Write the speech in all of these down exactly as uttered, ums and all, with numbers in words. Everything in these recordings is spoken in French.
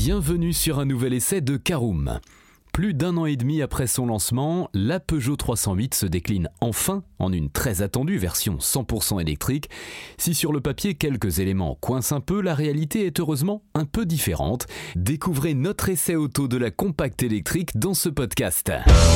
Bienvenue sur un nouvel essai de Caroom. Plus d'un an et demi après son lancement, la Peugeot trois cent huit se décline enfin en une très attendue version cent pour cent électrique. Si sur le papier quelques éléments coincent un peu, la réalité est heureusement un peu différente. Découvrez notre essai auto de la compacte électrique dans ce podcast.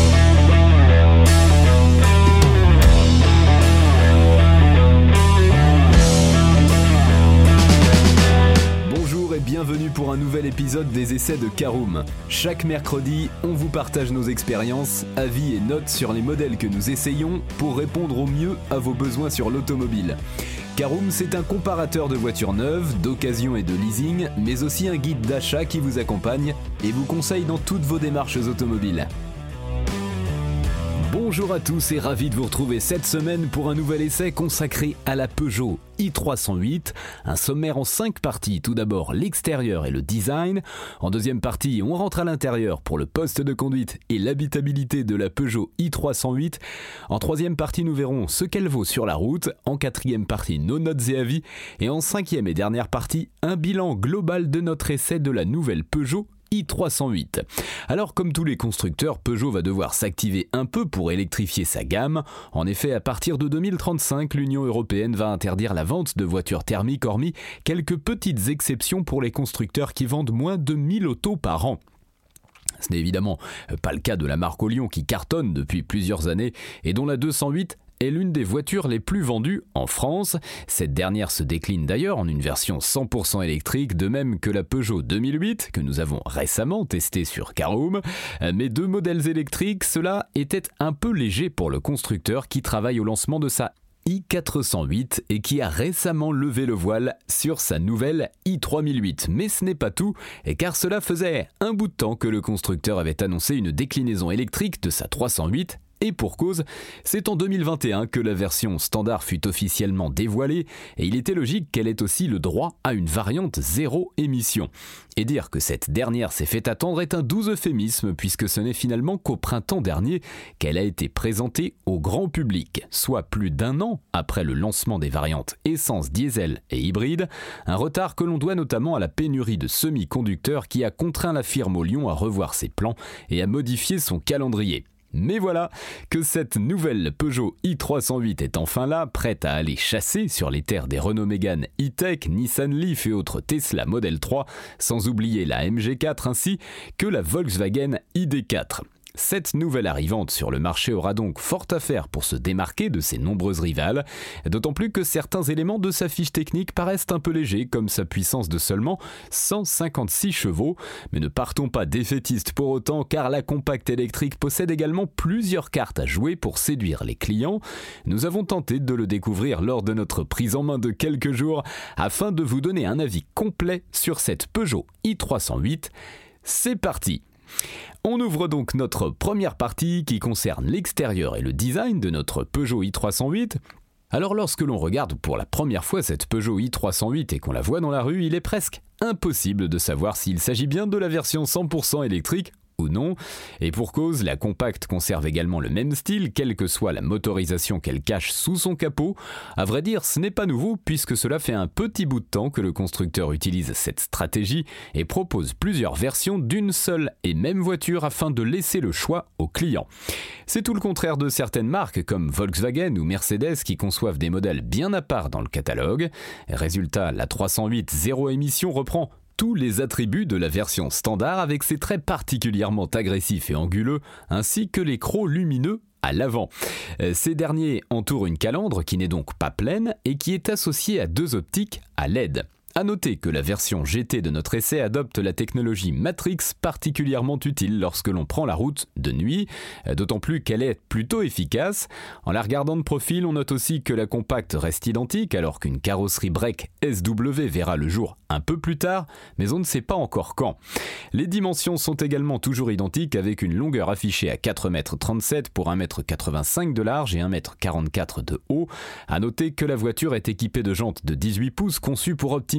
Bienvenue pour un nouvel épisode des essais de Caroom. Chaque mercredi, on vous partage nos expériences, avis et notes sur les modèles que nous essayons pour répondre au mieux à vos besoins sur l'automobile. Caroom, c'est un comparateur de voitures neuves, d'occasion et de leasing, mais aussi un guide d'achat qui vous accompagne et vous conseille dans toutes vos démarches automobiles. Bonjour à tous et ravi de vous retrouver cette semaine pour un nouvel essai consacré à la Peugeot i trois cent huit. Un sommaire en cinq parties. Tout d'abord l'extérieur et le design. En deuxième partie, on rentre à l'intérieur pour le poste de conduite et l'habitabilité de la Peugeot i trois cent huit. En troisième partie, nous verrons ce qu'elle vaut sur la route. En quatrième partie, nos notes et avis. Et en cinquième et dernière partie, un bilan global de notre essai de la nouvelle Peugeot i trois cent huit. Alors comme tous les constructeurs, Peugeot va devoir s'activer un peu pour électrifier sa gamme. En effet, à partir de deux mille trente-cinq, l'Union européenne va interdire la vente de voitures thermiques, hormis quelques petites exceptions pour les constructeurs qui vendent moins de mille autos par an. Ce n'est évidemment pas le cas de la marque Olion qui cartonne depuis plusieurs années et dont la deux cent huit est l'une des voitures les plus vendues en France. Cette dernière se décline d'ailleurs en une version cent pour cent électrique, de même que la Peugeot deux mille huit, que nous avons récemment testée sur Caroom. Mais deux modèles électriques, cela était un peu léger pour le constructeur qui travaille au lancement de sa i quatre cent huit et qui a récemment levé le voile sur sa nouvelle i trois mille huit. Mais ce n'est pas tout, car cela faisait un bout de temps que le constructeur avait annoncé une déclinaison électrique de sa trois cent huit. Et pour cause, c'est en deux mille vingt et un que la version standard fut officiellement dévoilée et il était logique qu'elle ait aussi le droit à une variante zéro émission. Et dire que cette dernière s'est fait attendre est un doux euphémisme puisque ce n'est finalement qu'au printemps dernier qu'elle a été présentée au grand public, soit plus d'un an après le lancement des variantes essence, diesel et hybride, un retard que l'on doit notamment à la pénurie de semi-conducteurs qui a contraint la firme Olion à revoir ses plans et à modifier son calendrier. Mais voilà que cette nouvelle Peugeot i trois cent huit est enfin là, prête à aller chasser sur les terres des Renault Mégane E-Tech, Nissan Leaf et autres Tesla Model trois, sans oublier la M G quatre ainsi que la Volkswagen I D quatre. Cette nouvelle arrivante sur le marché aura donc fort à faire pour se démarquer de ses nombreuses rivales, d'autant plus que certains éléments de sa fiche technique paraissent un peu légers, comme sa puissance de seulement cent cinquante-six chevaux. Mais ne partons pas défaitistes pour autant, car la compacte électrique possède également plusieurs cartes à jouer pour séduire les clients. Nous avons tenté de le découvrir lors de notre prise en main de quelques jours, afin de vous donner un avis complet sur cette Peugeot i trois cent huit. C'est parti! On ouvre donc notre première partie qui concerne l'extérieur et le design de notre Peugeot i trois cent huit. Alors lorsque l'on regarde pour la première fois cette Peugeot i trois cent huit et qu'on la voit dans la rue, il est presque impossible de savoir s'il s'agit bien de la version cent pour cent électrique ou non, et pour cause, la compacte conserve également le même style, quelle que soit la motorisation qu'elle cache sous son capot. À vrai dire, ce n'est pas nouveau, puisque cela fait un petit bout de temps que le constructeur utilise cette stratégie et propose plusieurs versions d'une seule et même voiture afin de laisser le choix aux clients. C'est tout le contraire de certaines marques comme Volkswagen ou Mercedes qui conçoivent des modèles bien à part dans le catalogue. Résultat, la trois cent huit zéro émission reprend tous les attributs de la version standard avec ses traits particulièrement agressifs et anguleux, ainsi que les crocs lumineux à l'avant. Ces derniers entourent une calandre qui n'est donc pas pleine et qui est associée à deux optiques à L E D. À noter que la version G T de notre essai adopte la technologie Matrix particulièrement utile lorsque l'on prend la route de nuit, d'autant plus qu'elle est plutôt efficace. En la regardant de profil, on note aussi que la compacte reste identique alors qu'une carrosserie break S W verra le jour un peu plus tard, mais on ne sait pas encore quand. Les dimensions sont également toujours identiques avec une longueur affichée à quatre mètres trente-sept pour un mètre quatre-vingt-cinq de large et un mètre quarante-quatre de haut. À noter que la voiture est équipée de jantes de dix-huit pouces conçues pour optimiser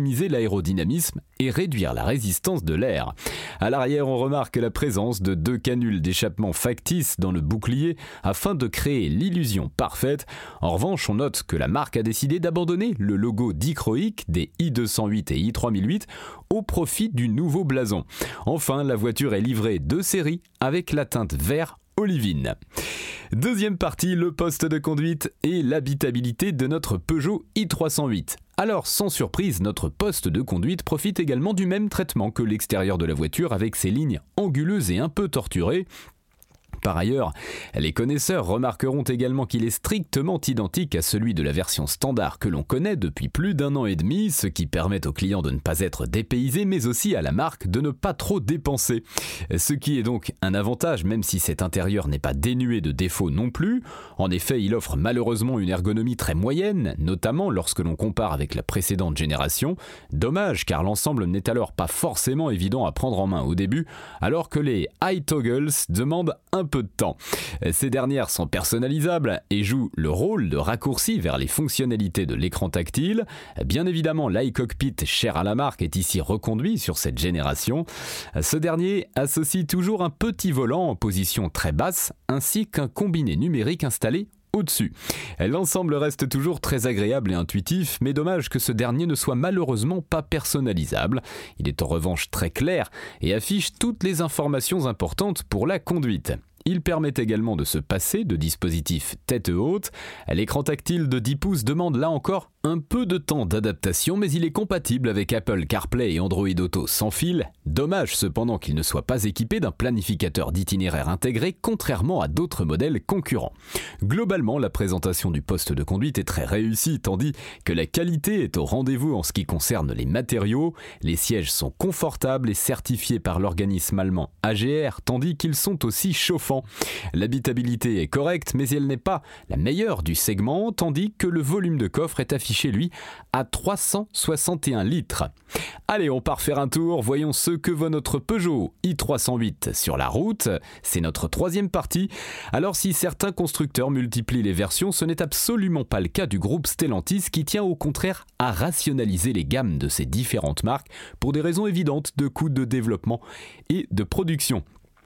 optimiser l'aérodynamisme et réduire la résistance de l'air. À l'arrière, on remarque la présence de deux canules d'échappement factices dans le bouclier afin de créer l'illusion parfaite. En revanche, on note que la marque a décidé d'abandonner le logo dichroïque des i deux cent huit et i trois mille huit au profit du nouveau blason. Enfin, la voiture est livrée de série avec la teinte vert olivine. Deuxième partie, le poste de conduite et l'habitabilité de notre Peugeot i trois cent huit. Alors, sans surprise, notre poste de conduite profite également du même traitement que l'extérieur de la voiture avec ses lignes anguleuses et un peu torturées. Par ailleurs, les connaisseurs remarqueront également qu'il est strictement identique à celui de la version standard que l'on connaît depuis plus d'un an et demi, ce qui permet aux clients de ne pas être dépaysés, mais aussi à la marque de ne pas trop dépenser. Ce qui est donc un avantage, même si cet intérieur n'est pas dénué de défauts non plus. En effet, il offre malheureusement une ergonomie très moyenne, notamment lorsque l'on compare avec la précédente génération. Dommage, car l'ensemble n'est alors pas forcément évident à prendre en main au début, alors que les iToggles demandent un peu de temps. Ces dernières sont personnalisables et jouent le rôle de raccourci vers les fonctionnalités de l'écran tactile. Bien évidemment, l'iCockpit cher à la marque est ici reconduit sur cette génération. Ce dernier associe toujours un petit volant en position très basse ainsi qu'un combiné numérique installé au-dessus. L'ensemble reste toujours très agréable et intuitif, mais dommage que ce dernier ne soit malheureusement pas personnalisable. Il est en revanche très clair et affiche toutes les informations importantes pour la conduite. Il permet également de se passer de dispositifs tête haute. L'écran tactile de dix pouces demande là encore un peu de temps d'adaptation, mais il est compatible avec Apple CarPlay et Android Auto sans fil. Dommage cependant qu'il ne soit pas équipé d'un planificateur d'itinéraire intégré, contrairement à d'autres modèles concurrents. Globalement, la présentation du poste de conduite est très réussie, tandis que la qualité est au rendez-vous en ce qui concerne les matériaux. Les sièges sont confortables et certifiés par l'organisme allemand A G R, tandis qu'ils sont aussi chauffants. L'habitabilité est correcte, mais elle n'est pas la meilleure du segment, tandis que le volume de coffre est affiché chez lui à trois cent soixante et un litres. Allez, on part faire un tour, voyons ce que vaut notre Peugeot i trois cent huit sur la route. C'est notre troisième partie. Alors si certains constructeurs multiplient les versions, ce n'est absolument pas le cas du groupe Stellantis qui tient au contraire à rationaliser les gammes de ces différentes marques pour des raisons évidentes de coûts de développement et de production.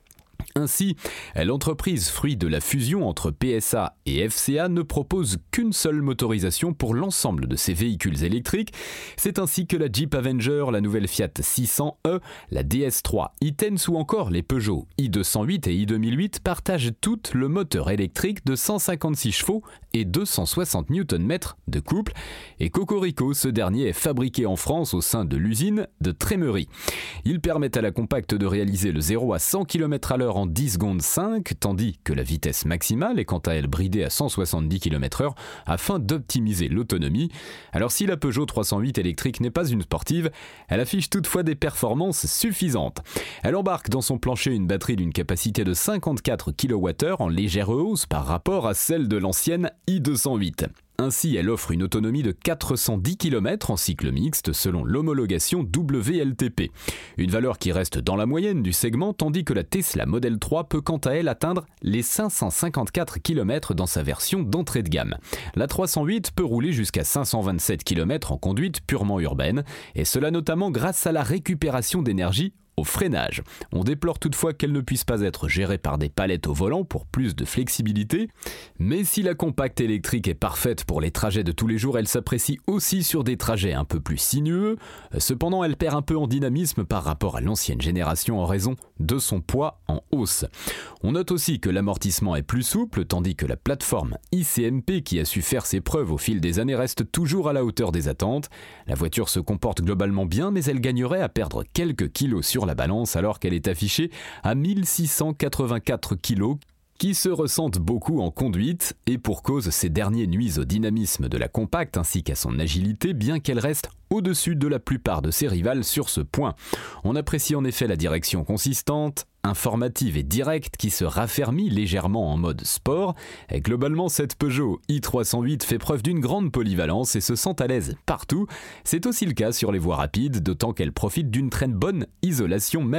Ainsi, l'entreprise, fruit de la fusion entre P S A et F C A, ne propose qu'une seule motorisation pour l'ensemble de ses véhicules électriques. C'est ainsi que la Jeep Avenger, la nouvelle Fiat six cents E, la D S trois e-Tense ou encore les Peugeot i deux cent huit et i deux mille huit partagent toutes le moteur électrique de cent cinquante-six chevaux et deux cent soixante newton-mètres de couple. Et cocorico, ce dernier est fabriqué en France au sein de l'usine de Trémery. Il permet à la compacte de réaliser le zéro à cent kilomètres à l'heure en dix secondes cinq, tandis que la vitesse maximale est quant à elle bridée à cent soixante-dix kilomètres heure afin d'optimiser l'autonomie. Alors si la Peugeot trois cent huit électrique n'est pas une sportive, elle affiche toutefois des performances suffisantes. Elle embarque dans son plancher une batterie d'une capacité de cinquante-quatre kilowattheures en légère hausse par rapport à celle de l'ancienne i deux cent huit. Ainsi, elle offre une autonomie de quatre cent dix kilomètres en cycle mixte selon l'homologation W L T P. Une valeur qui reste dans la moyenne du segment, tandis que la Tesla Model trois peut quant à elle atteindre les cinq cent cinquante-quatre kilomètres dans sa version d'entrée de gamme. La trois cent huit peut rouler jusqu'à cinq cent vingt-sept kilomètres en conduite purement urbaine, et cela notamment grâce à la récupération d'énergie au freinage. On déplore toutefois qu'elle ne puisse pas être gérée par des palettes au volant pour plus de flexibilité. Mais si la compacte électrique est parfaite pour les trajets de tous les jours, elle s'apprécie aussi sur des trajets un peu plus sinueux. Cependant, elle perd un peu en dynamisme par rapport à l'ancienne génération en raison de son poids en hausse. On note aussi que l'amortissement est plus souple, tandis que la plateforme I C M P qui a su faire ses preuves au fil des années reste toujours à la hauteur des attentes. La voiture se comporte globalement bien, mais elle gagnerait à perdre quelques kilos sur la balance alors qu'elle est affichée à mille six cent quatre-vingt-quatre kilos, qui se ressentent beaucoup en conduite, et pour cause, ces derniers nuisent au dynamisme de la compacte ainsi qu'à son agilité, bien qu'elle reste au-dessus de la plupart de ses rivales sur ce point. On apprécie en effet la direction consistante, informative et directe qui se raffermit légèrement en mode sport. Et globalement, cette Peugeot i trois cent huit fait preuve d'une grande polyvalence et se sent à l'aise partout. C'est aussi le cas sur les voies rapides, d'autant qu'elle profite d'une très bonne isolation même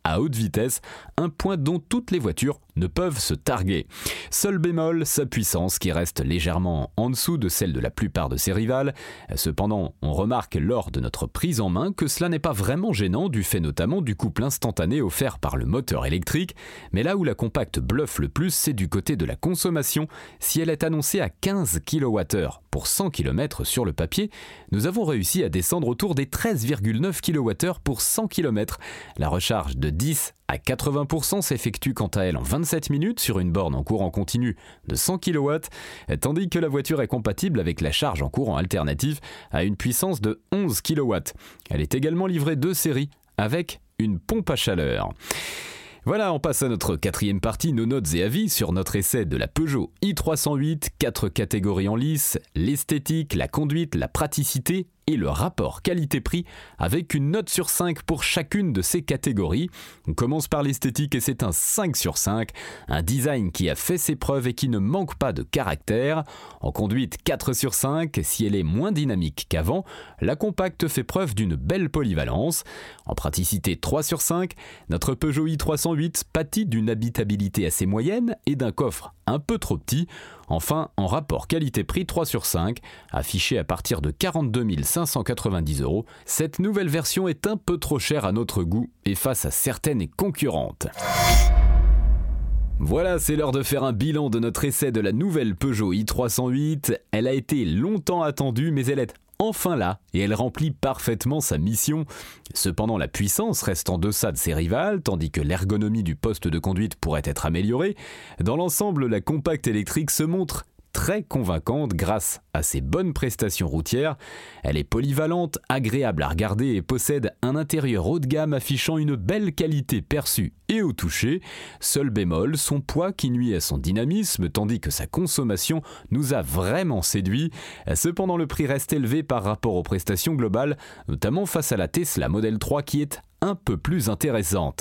à haute vitesse, un point dont toutes les voitures ne peuvent se targuer. Seul bémol, sa puissance qui reste légèrement en dessous de celle de la plupart de ses rivales. Cependant, on remarque lors de notre prise en main que cela n'est pas vraiment gênant du fait notamment du couple instantané offert par le moteur électrique, mais là où la compacte bluffe le plus, c'est du côté de la consommation. Si elle est annoncée à quinze kilowattheures pour cent kilomètres sur le papier, nous avons réussi à descendre autour des treize virgule neuf kilowattheures pour cent kilomètres. La recharge de dix à quatre-vingts pour cent s'effectue quant à elle en vingt-sept minutes sur une borne en courant continu de cent kilowatts, tandis que la voiture est compatible avec la charge en courant alternatif à une puissance de onze kilowatts. Elle est également livrée de série avec une pompe à chaleur. Voilà, on passe à notre quatrième partie, nos notes et avis sur notre essai de la Peugeot i trois cent huit, quatre catégories en lice, l'esthétique, la conduite, la praticité et le rapport qualité-prix avec une note sur cinq pour chacune de ces catégories. On commence par l'esthétique et c'est un cinq sur cinq, un design qui a fait ses preuves et qui ne manque pas de caractère. En conduite, quatre sur cinq, si elle est moins dynamique qu'avant, la compacte fait preuve d'une belle polyvalence. En praticité, trois sur cinq, notre Peugeot i trois cent huit pâtit d'une habitabilité assez moyenne et d'un coffre un peu trop petit. Enfin, en rapport qualité-prix, trois sur cinq, affiché à partir de quarante-deux mille cinq cent quatre-vingt-dix euros, cette nouvelle version est un peu trop chère à notre goût et face à certaines concurrentes. Voilà, c'est l'heure de faire un bilan de notre essai de la nouvelle Peugeot i trois cent huit. Elle a été longtemps attendue, mais elle est enfin là, et elle remplit parfaitement sa mission. Cependant, la puissance reste en deçà de ses rivales, tandis que l'ergonomie du poste de conduite pourrait être améliorée. Dans l'ensemble, la compacte électrique se montre très convaincante grâce à ses bonnes prestations routières. Elle est polyvalente, agréable à regarder et possède un intérieur haut de gamme affichant une belle qualité perçue et au toucher. Seul bémol, son poids qui nuit à son dynamisme tandis que sa consommation nous a vraiment séduit. Cependant, le prix reste élevé par rapport aux prestations globales, notamment face à la Tesla Model trois qui est un peu plus intéressante.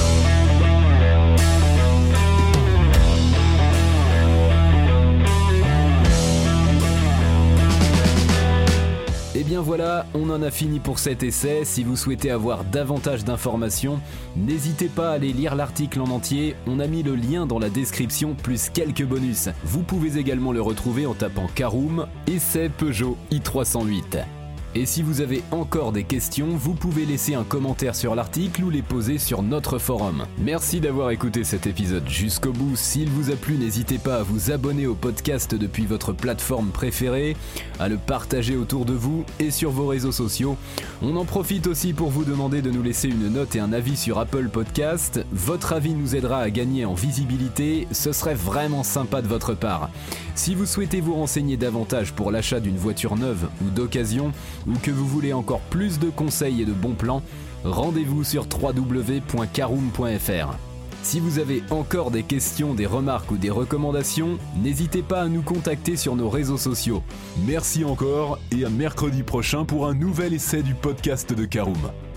Et bien voilà, on en a fini pour cet essai. Si vous souhaitez avoir davantage d'informations, n'hésitez pas à aller lire l'article en entier. On a mis le lien dans la description, plus quelques bonus. Vous pouvez également le retrouver en tapant Caroom, essai Peugeot i trois cent huit. Et si vous avez encore des questions, vous pouvez laisser un commentaire sur l'article ou les poser sur notre forum. Merci d'avoir écouté cet épisode jusqu'au bout. S'il vous a plu, n'hésitez pas à vous abonner au podcast depuis votre plateforme préférée, à le partager autour de vous et sur vos réseaux sociaux. On en profite aussi pour vous demander de nous laisser une note et un avis sur Apple Podcast. Votre avis nous aidera à gagner en visibilité, ce serait vraiment sympa de votre part. Si vous souhaitez vous renseigner davantage pour l'achat d'une voiture neuve ou d'occasion, ou que vous voulez encore plus de conseils et de bons plans, rendez-vous sur w w w point caroom point f r. Si vous avez encore des questions, des remarques ou des recommandations, n'hésitez pas à nous contacter sur nos réseaux sociaux. Merci encore et à mercredi prochain pour un nouvel essai du podcast de Caroom.